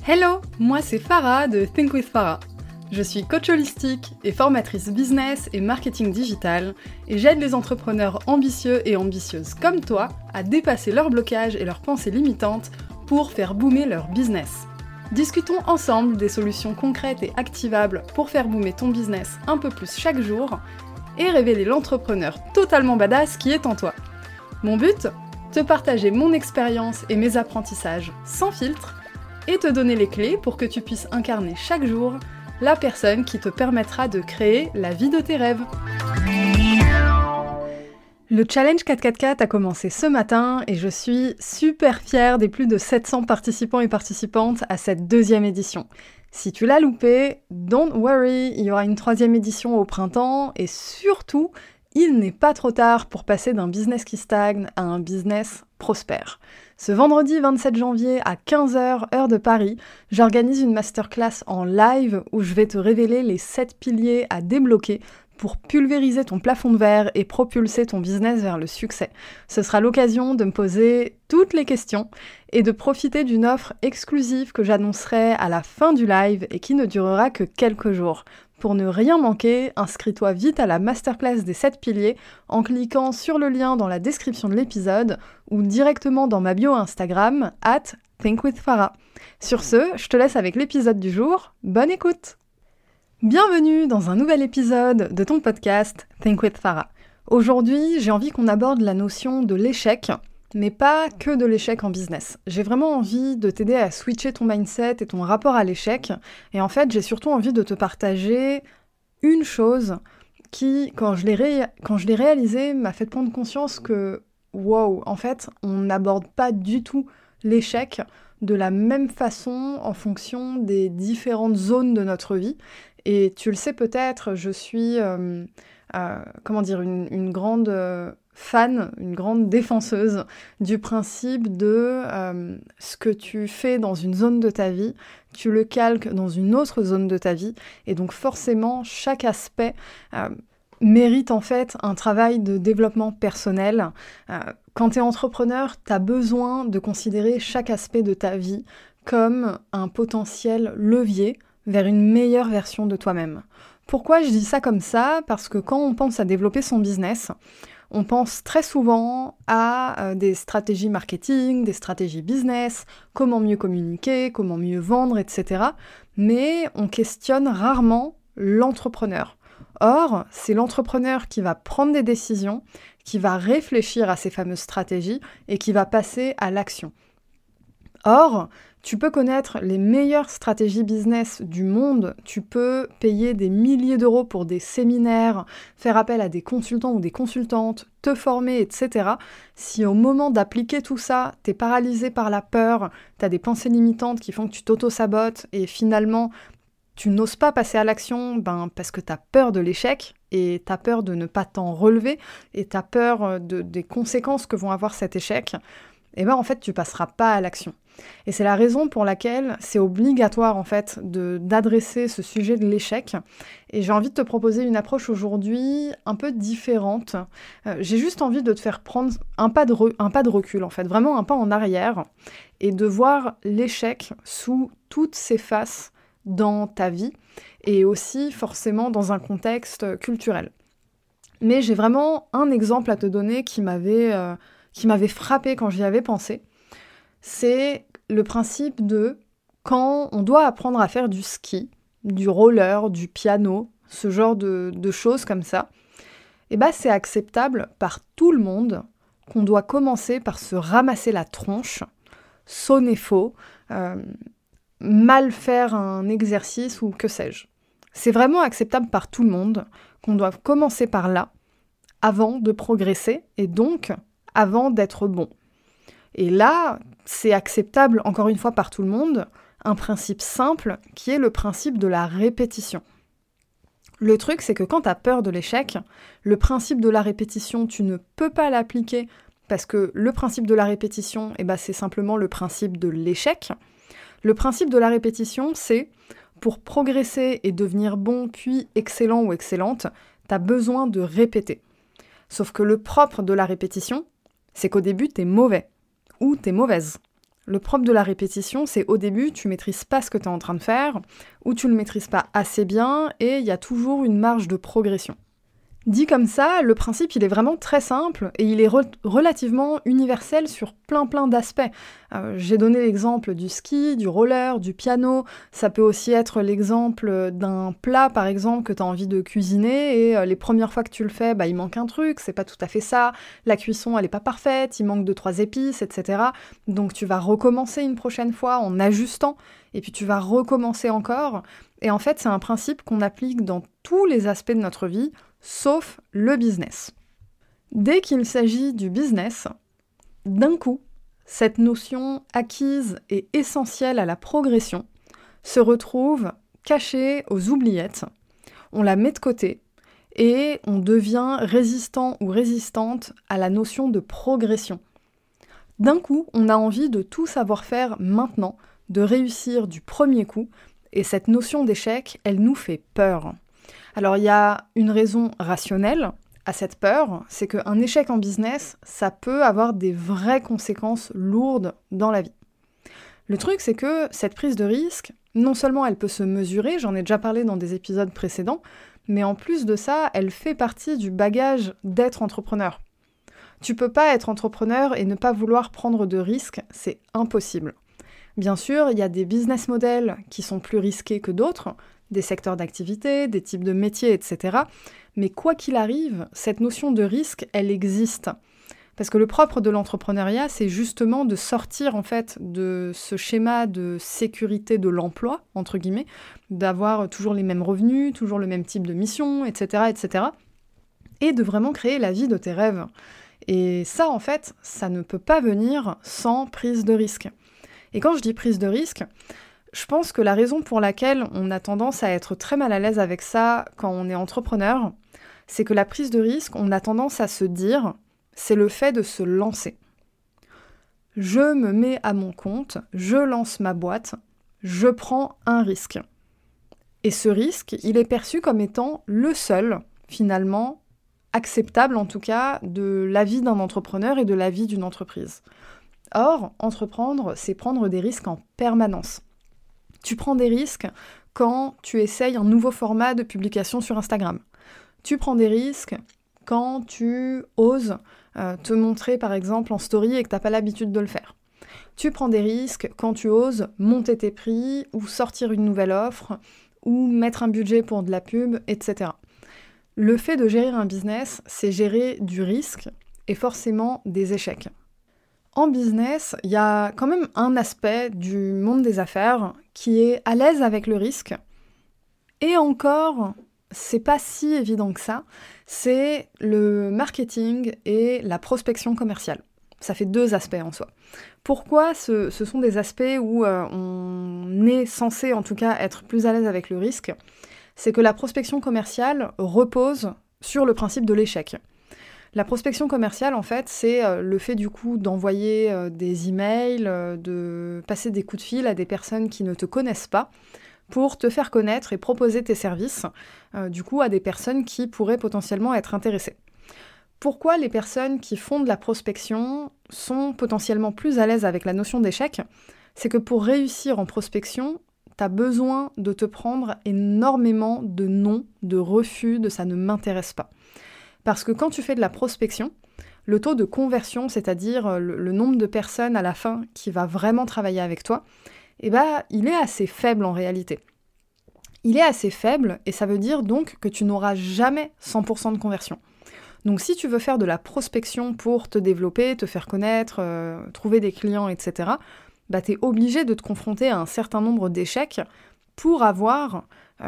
Hello, moi c'est Farah de Think with Farah. Je suis coach holistique et formatrice business et marketing digital et j'aide les entrepreneurs ambitieux et ambitieuses comme toi à dépasser leurs blocages et leurs pensées limitantes pour faire boomer leur business. Discutons ensemble des solutions concrètes et activables pour faire boomer ton business un peu plus chaque jour et révéler l'entrepreneur totalement badass qui est en toi. Mon but ? Te partager mon expérience et mes apprentissages sans filtre et te donner les clés pour que tu puisses incarner chaque jour la personne qui te permettra de créer la vie de tes rêves. Le challenge 444 a commencé ce matin et je suis super fière des plus de 700 participants et participantes à cette deuxième édition. Si tu l'as loupé, don't worry, il y aura une troisième édition au printemps et surtout, il n'est pas trop tard pour passer d'un business qui stagne à un business prospère. Ce vendredi 27 janvier à 15h, heure de Paris, j'organise une masterclass en live où je vais te révéler les 7 piliers à débloquer pour pulvériser ton plafond de verre et propulser ton business vers le succès. Ce sera l'occasion de me poser toutes les questions et de profiter d'une offre exclusive que j'annoncerai à la fin du live et qui ne durera que quelques jours. Pour ne rien manquer, inscris-toi vite à la masterclass des 7 piliers en cliquant sur le lien dans la description de l'épisode ou directement dans ma bio Instagram @thinkwithfarah. Sur ce, je te laisse avec l'épisode du jour. Bonne écoute! Bienvenue dans un nouvel épisode de ton podcast Think with Farah. Aujourd'hui, j'ai envie qu'on aborde la notion de l'échec, mais pas que de l'échec en business. J'ai vraiment envie de t'aider à switcher ton mindset et ton rapport à l'échec. Et en fait, j'ai surtout envie de te partager une chose qui, quand je l'ai réalisée, m'a fait prendre conscience que, wow, en fait, on n'aborde pas du tout l'échec de la même façon en fonction des différentes zones de notre vie. Et tu le sais peut-être, je suis une grande fan, une grande défenseuse du principe de ce que tu fais dans une zone de ta vie, tu le calques dans une autre zone de ta vie, et donc forcément chaque aspect mérite en fait un travail de développement personnel. Quand tu es entrepreneur, tu as besoin de considérer chaque aspect de ta vie comme un potentiel levier vers une meilleure version de toi-même. Pourquoi je dis ça comme ça ? Parce que quand on pense à développer son business, on pense très souvent à des stratégies marketing, des stratégies business, comment mieux communiquer, comment mieux vendre, etc. Mais on questionne rarement l'entrepreneur. Or, c'est l'entrepreneur qui va prendre des décisions, qui va réfléchir à ces fameuses stratégies et qui va passer à l'action. Or, tu peux connaître les meilleures stratégies business du monde, tu peux payer des milliers d'euros pour des séminaires, faire appel à des consultants ou des consultantes, te former, etc. Si au moment d'appliquer tout ça, t'es paralysé par la peur, t'as des pensées limitantes qui font que tu t'auto-sabotes et finalement tu n'oses pas passer à l'action parce que t'as peur de l'échec et t'as peur de ne pas t'en relever et t'as peur des conséquences que vont avoir cet échec, en fait tu passeras pas à l'action. Et c'est la raison pour laquelle c'est obligatoire en fait d'adresser ce sujet de l'échec. Et j'ai envie de te proposer une approche aujourd'hui un peu différente. J'ai juste envie de te faire prendre un pas de recul en fait, vraiment un pas en arrière, et de voir l'échec sous toutes ses faces dans ta vie et aussi forcément dans un contexte culturel. Mais j'ai vraiment un exemple à te donner qui m'avait frappée quand j'y avais pensé. C'est le principe de quand on doit apprendre à faire du ski, du roller, du piano, ce genre de choses comme ça, c'est acceptable par tout le monde qu'on doit commencer par se ramasser la tronche, sonner faux, mal faire un exercice ou que sais-je. C'est vraiment acceptable par tout le monde qu'on doit commencer par là avant de progresser et donc avant d'être bon. Et là, c'est acceptable, encore une fois, par tout le monde, un principe simple qui est le principe de la répétition. Le truc, c'est que quand tu as peur de l'échec, le principe de la répétition, tu ne peux pas l'appliquer parce que le principe de la répétition, c'est simplement le principe de l'échec. Le principe de la répétition, c'est pour progresser et devenir bon, puis excellent ou excellente, tu as besoin de répéter. Sauf que le propre de la répétition, c'est qu'au début, tu es mauvais. Ou t'es mauvaise. Le propre de la répétition, c'est au début, tu maîtrises pas ce que tu es en train de faire, ou tu le maîtrises pas assez bien, et il y a toujours une marge de progression. Dit comme ça, le principe, il est vraiment très simple et il est relativement universel sur plein d'aspects. J'ai donné l'exemple du ski, du roller, du piano. Ça peut aussi être l'exemple d'un plat, par exemple, que tu as envie de cuisiner et les premières fois que tu le fais, il manque un truc, c'est pas tout à fait ça. La cuisson, elle est pas parfaite, il manque 2-3 épices, etc. Donc tu vas recommencer une prochaine fois en ajustant et puis tu vas recommencer encore. Et en fait, c'est un principe qu'on applique dans tous les aspects de notre vie, sauf le business. Dès qu'il s'agit du business, d'un coup, cette notion acquise et essentielle à la progression se retrouve cachée aux oubliettes, on la met de côté et on devient résistant ou résistante à la notion de progression. D'un coup, on a envie de tout savoir faire maintenant, de réussir du premier coup, et cette notion d'échec, elle nous fait peur. Alors il y a une raison rationnelle à cette peur, c'est qu'un échec en business, ça peut avoir des vraies conséquences lourdes dans la vie. Le truc, c'est que cette prise de risque, non seulement elle peut se mesurer, j'en ai déjà parlé dans des épisodes précédents, mais en plus de ça, elle fait partie du bagage d'être entrepreneur. Tu peux pas être entrepreneur et ne pas vouloir prendre de risques, c'est impossible. Bien sûr, il y a des business models qui sont plus risqués que d'autres, des secteurs d'activité, des types de métiers, etc. Mais quoi qu'il arrive, cette notion de risque, elle existe. Parce que le propre de l'entrepreneuriat, c'est justement de sortir en fait de ce schéma de sécurité de l'emploi, entre guillemets, d'avoir toujours les mêmes revenus, toujours le même type de mission, etc., etc. Et de vraiment créer la vie de tes rêves. Et ça, en fait, ça ne peut pas venir sans prise de risque. Et quand je dis prise de risque, je pense que la raison pour laquelle on a tendance à être très mal à l'aise avec ça quand on est entrepreneur, c'est que la prise de risque, on a tendance à se dire, c'est le fait de se lancer. Je me mets à mon compte, je lance ma boîte, je prends un risque. Et ce risque, il est perçu comme étant le seul, finalement, acceptable en tout cas, de la vie d'un entrepreneur et de la vie d'une entreprise. Or, entreprendre, c'est prendre des risques en permanence. Tu prends des risques quand tu essayes un nouveau format de publication sur Instagram. Tu prends des risques quand tu oses te montrer par exemple en story et que tu n'as pas l'habitude de le faire. Tu prends des risques quand tu oses monter tes prix ou sortir une nouvelle offre ou mettre un budget pour de la pub, etc. Le fait de gérer un business, c'est gérer du risque et forcément des échecs. En business, il y a quand même un aspect du monde des affaires qui est à l'aise avec le risque. Et encore, c'est pas si évident que ça, c'est le marketing et la prospection commerciale. Ça fait deux aspects en soi. Pourquoi ce sont des aspects où on est censé en tout cas être plus à l'aise avec le risque? C'est que la prospection commerciale repose sur le principe de l'échec. La prospection commerciale, en fait, c'est le fait du coup d'envoyer des emails, de passer des coups de fil à des personnes qui ne te connaissent pas pour te faire connaître et proposer tes services, du coup, à des personnes qui pourraient potentiellement être intéressées. Pourquoi les personnes qui font de la prospection sont potentiellement plus à l'aise avec la notion d'échec? C'est que pour réussir en prospection, tu as besoin de te prendre énormément de non, de refus, de ça ne m'intéresse pas. Parce que quand tu fais de la prospection, le taux de conversion, c'est-à-dire le nombre de personnes à la fin qui va vraiment travailler avec toi, il est assez faible en réalité. Il est assez faible et ça veut dire donc que tu n'auras jamais 100% de conversion. Donc si tu veux faire de la prospection pour te développer, te faire connaître, trouver des clients, etc., tu es obligé de te confronter à un certain nombre d'échecs pour avoir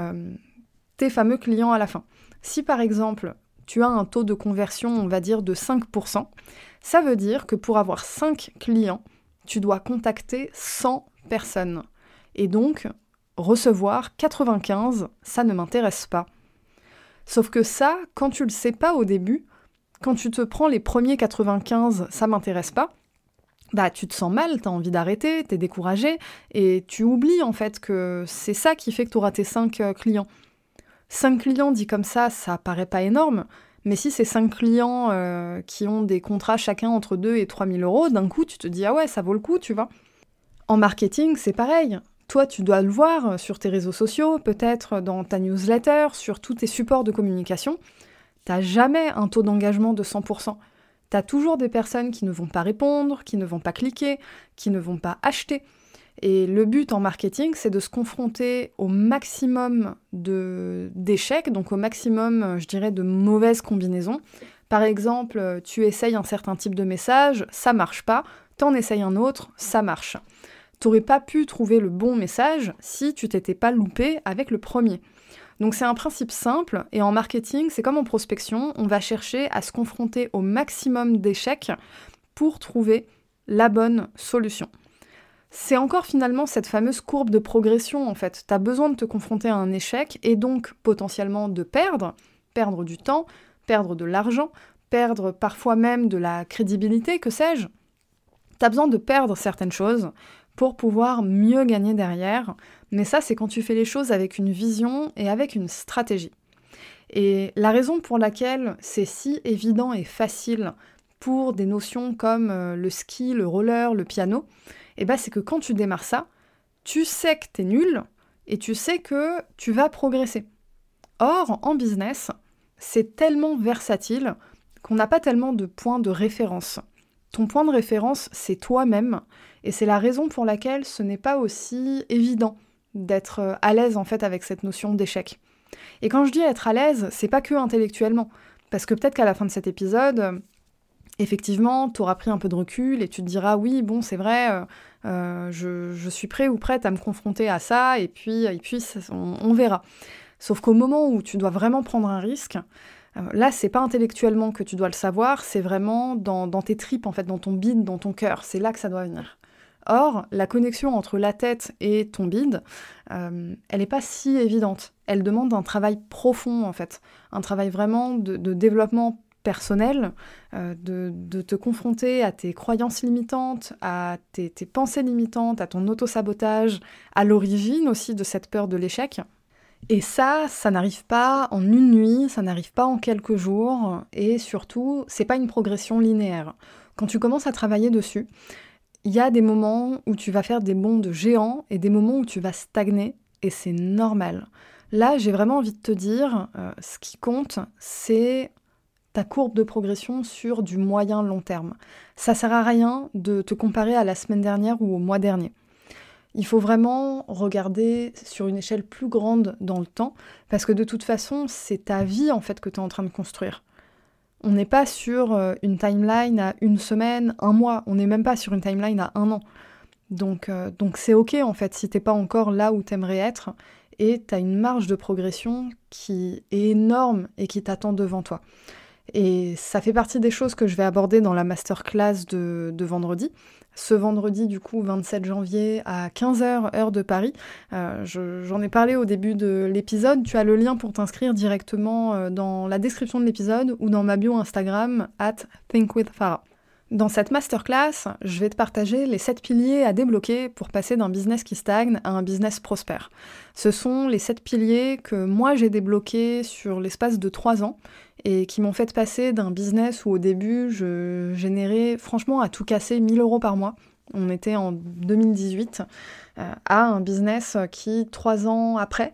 tes fameux clients à la fin. Si par exemple, tu as un taux de conversion, on va dire, de 5%, ça veut dire que pour avoir 5 clients, tu dois contacter 100 personnes. Et donc, recevoir 95, ça ne m'intéresse pas. Sauf que ça, quand tu le sais pas au début, quand tu te prends les premiers 95, ça m'intéresse pas, tu te sens mal, t'as envie d'arrêter, t'es découragé, et tu oublies en fait que c'est ça qui fait que tu auras tes 5 clients. 5 clients dit comme ça paraît pas énorme, mais si c'est 5 clients qui ont des contrats chacun entre 2 et 3 000 euros, d'un coup tu te dis ah ouais, ça vaut le coup, tu vois. En marketing, c'est pareil. Toi, tu dois le voir sur tes réseaux sociaux, peut-être dans ta newsletter, sur tous tes supports de communication. T'as jamais un taux d'engagement de 100%. T'as toujours des personnes qui ne vont pas répondre, qui ne vont pas cliquer, qui ne vont pas acheter. Et le but en marketing, c'est de se confronter au maximum d'échecs, donc au maximum, je dirais, de mauvaises combinaisons. Par exemple, tu essayes un certain type de message, ça marche pas, t'en essayes un autre, ça marche. T'aurais pas pu trouver le bon message si tu t'étais pas loupé avec le premier. Donc c'est un principe simple, et en marketing, c'est comme en prospection, on va chercher à se confronter au maximum d'échecs pour trouver la bonne solution. C'est encore finalement cette fameuse courbe de progression en fait. T'as besoin de te confronter à un échec et donc potentiellement de perdre du temps, perdre de l'argent, perdre parfois même de la crédibilité, que sais-je. T'as besoin de perdre certaines choses pour pouvoir mieux gagner derrière, mais ça c'est quand tu fais les choses avec une vision et avec une stratégie. Et la raison pour laquelle c'est si évident et facile pour des notions comme le ski, le roller, le piano, c'est que quand tu démarres ça, tu sais que t'es nul et tu sais que tu vas progresser. Or, en business, c'est tellement versatile qu'on n'a pas tellement de points de référence. Ton point de référence, c'est toi-même, et c'est la raison pour laquelle ce n'est pas aussi évident d'être à l'aise en fait avec cette notion d'échec. Et quand je dis être à l'aise, c'est pas que intellectuellement, parce que peut-être qu'à la fin de cet épisode, effectivement, tu auras pris un peu de recul et tu te diras oui, bon, c'est vrai, je suis prêt ou prête à me confronter à ça, et puis on verra. Sauf qu'au moment où tu dois vraiment prendre un risque, là, c'est pas intellectuellement que tu dois le savoir, c'est vraiment dans tes tripes, en fait, dans ton bide, dans ton cœur. C'est là que ça doit venir. Or, la connexion entre la tête et ton bide, elle n'est pas si évidente. Elle demande un travail profond, en fait. Un travail vraiment de développement personnel, de te confronter à tes croyances limitantes, à tes pensées limitantes, à ton auto-sabotage, à l'origine aussi de cette peur de l'échec. Et ça n'arrive pas en une nuit, ça n'arrive pas en quelques jours, et surtout, c'est pas une progression linéaire. Quand tu commences à travailler dessus, il y a des moments où tu vas faire des bonds de géant et des moments où tu vas stagner, et c'est normal. Là, j'ai vraiment envie de te dire, ce qui compte, c'est ta courbe de progression sur du moyen long terme. Ça sert à rien de te comparer à la semaine dernière ou au mois dernier. Il faut vraiment regarder sur une échelle plus grande dans le temps, parce que de toute façon, c'est ta vie en fait que tu es en train de construire. On n'est pas sur une timeline à une semaine, un mois, on n'est même pas sur une timeline à un an. Donc c'est ok en fait si t'es pas encore là où t'aimerais être, et t'as une marge de progression qui est énorme et qui t'attend devant toi. Et ça fait partie des choses que je vais aborder dans la masterclass de vendredi. Ce vendredi, du coup, 27 janvier à 15h, heure de Paris. J'en ai parlé au début de l'épisode. Tu as le lien pour t'inscrire directement dans la description de l'épisode ou dans ma bio Instagram @thinkwithfarah. Dans cette masterclass, je vais te partager les 7 piliers à débloquer pour passer d'un business qui stagne à un business prospère. Ce sont les 7 piliers que moi j'ai débloqués sur l'espace de 3 ans et qui m'ont fait passer d'un business où au début je générais franchement à tout casser 1 000 € par mois. On était en 2018 à un business qui 3 ans après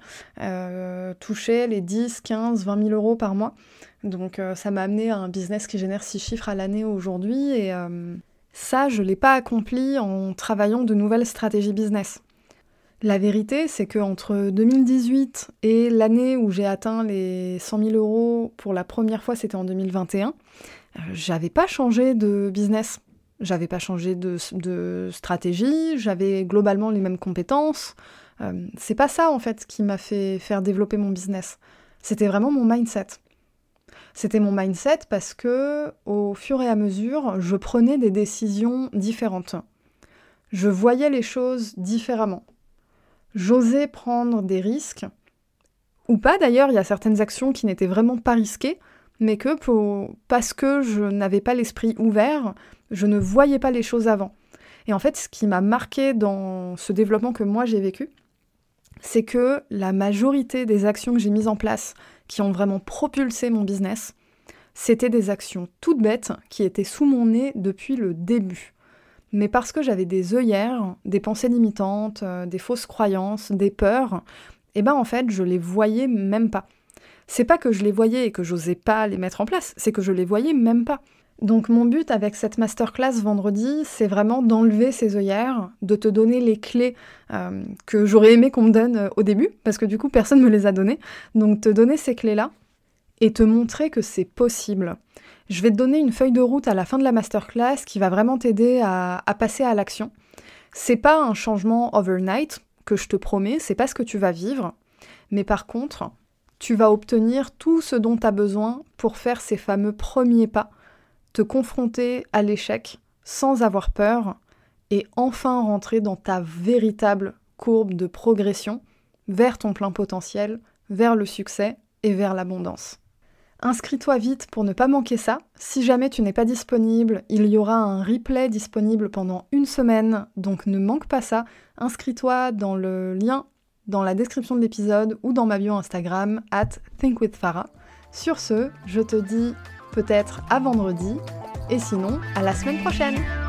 touchait les 10, 15, 20 000 € par mois. Donc ça m'a amené à un business qui génère 6 chiffres à l'année aujourd'hui, et ça, je ne l'ai pas accompli en travaillant de nouvelles stratégies business. La vérité, c'est qu'entre 2018 et l'année où j'ai atteint les 100 000 € pour la première fois, c'était en 2021, j'avais pas changé de business, j'avais pas changé de stratégie, j'avais globalement les mêmes compétences. C'est pas ça, en fait, qui m'a fait faire développer mon business. C'était vraiment mon mindset. C'était mon mindset parce que, au fur et à mesure, je prenais des décisions différentes. Je voyais les choses différemment. J'osais prendre des risques, ou pas d'ailleurs, il y a certaines actions qui n'étaient vraiment pas risquées, mais que parce que je n'avais pas l'esprit ouvert, je ne voyais pas les choses avant. Et en fait, ce qui m'a marqué dans ce développement que moi j'ai vécu, c'est que la majorité des actions que j'ai mises en place, qui ont vraiment propulsé mon business, c'était des actions toutes bêtes qui étaient sous mon nez depuis le début. mais parce que j'avais des œillères, des pensées limitantes, des fausses croyances, des peurs, et ben en fait, je les voyais même pas. C'est pas que je les voyais et que j'osais pas les mettre en place, c'est que je les voyais même pas. Donc mon but avec cette masterclass vendredi, c'est vraiment d'enlever ces œillères, de te donner les clés que j'aurais aimé qu'on me donne au début, parce que du coup personne me les a données, donc te donner ces clés-là et te montrer que c'est possible. Je vais te donner une feuille de route à la fin de la masterclass qui va vraiment t'aider à passer à l'action. C'est pas un changement overnight que je te promets, c'est pas ce que tu vas vivre, mais par contre, tu vas obtenir tout ce dont tu as besoin pour faire ces fameux premiers pas, te confronter à l'échec sans avoir peur et enfin rentrer dans ta véritable courbe de progression vers ton plein potentiel, vers le succès et vers l'abondance. Inscris-toi vite pour ne pas manquer ça. Si jamais tu n'es pas disponible, il y aura un replay disponible pendant 1 semaine, donc ne manque pas ça. Inscris-toi dans le lien dans la description de l'épisode ou dans ma bio Instagram @thinkwithfarah. Sur ce, je te dis peut-être à vendredi, et sinon à la semaine prochaine.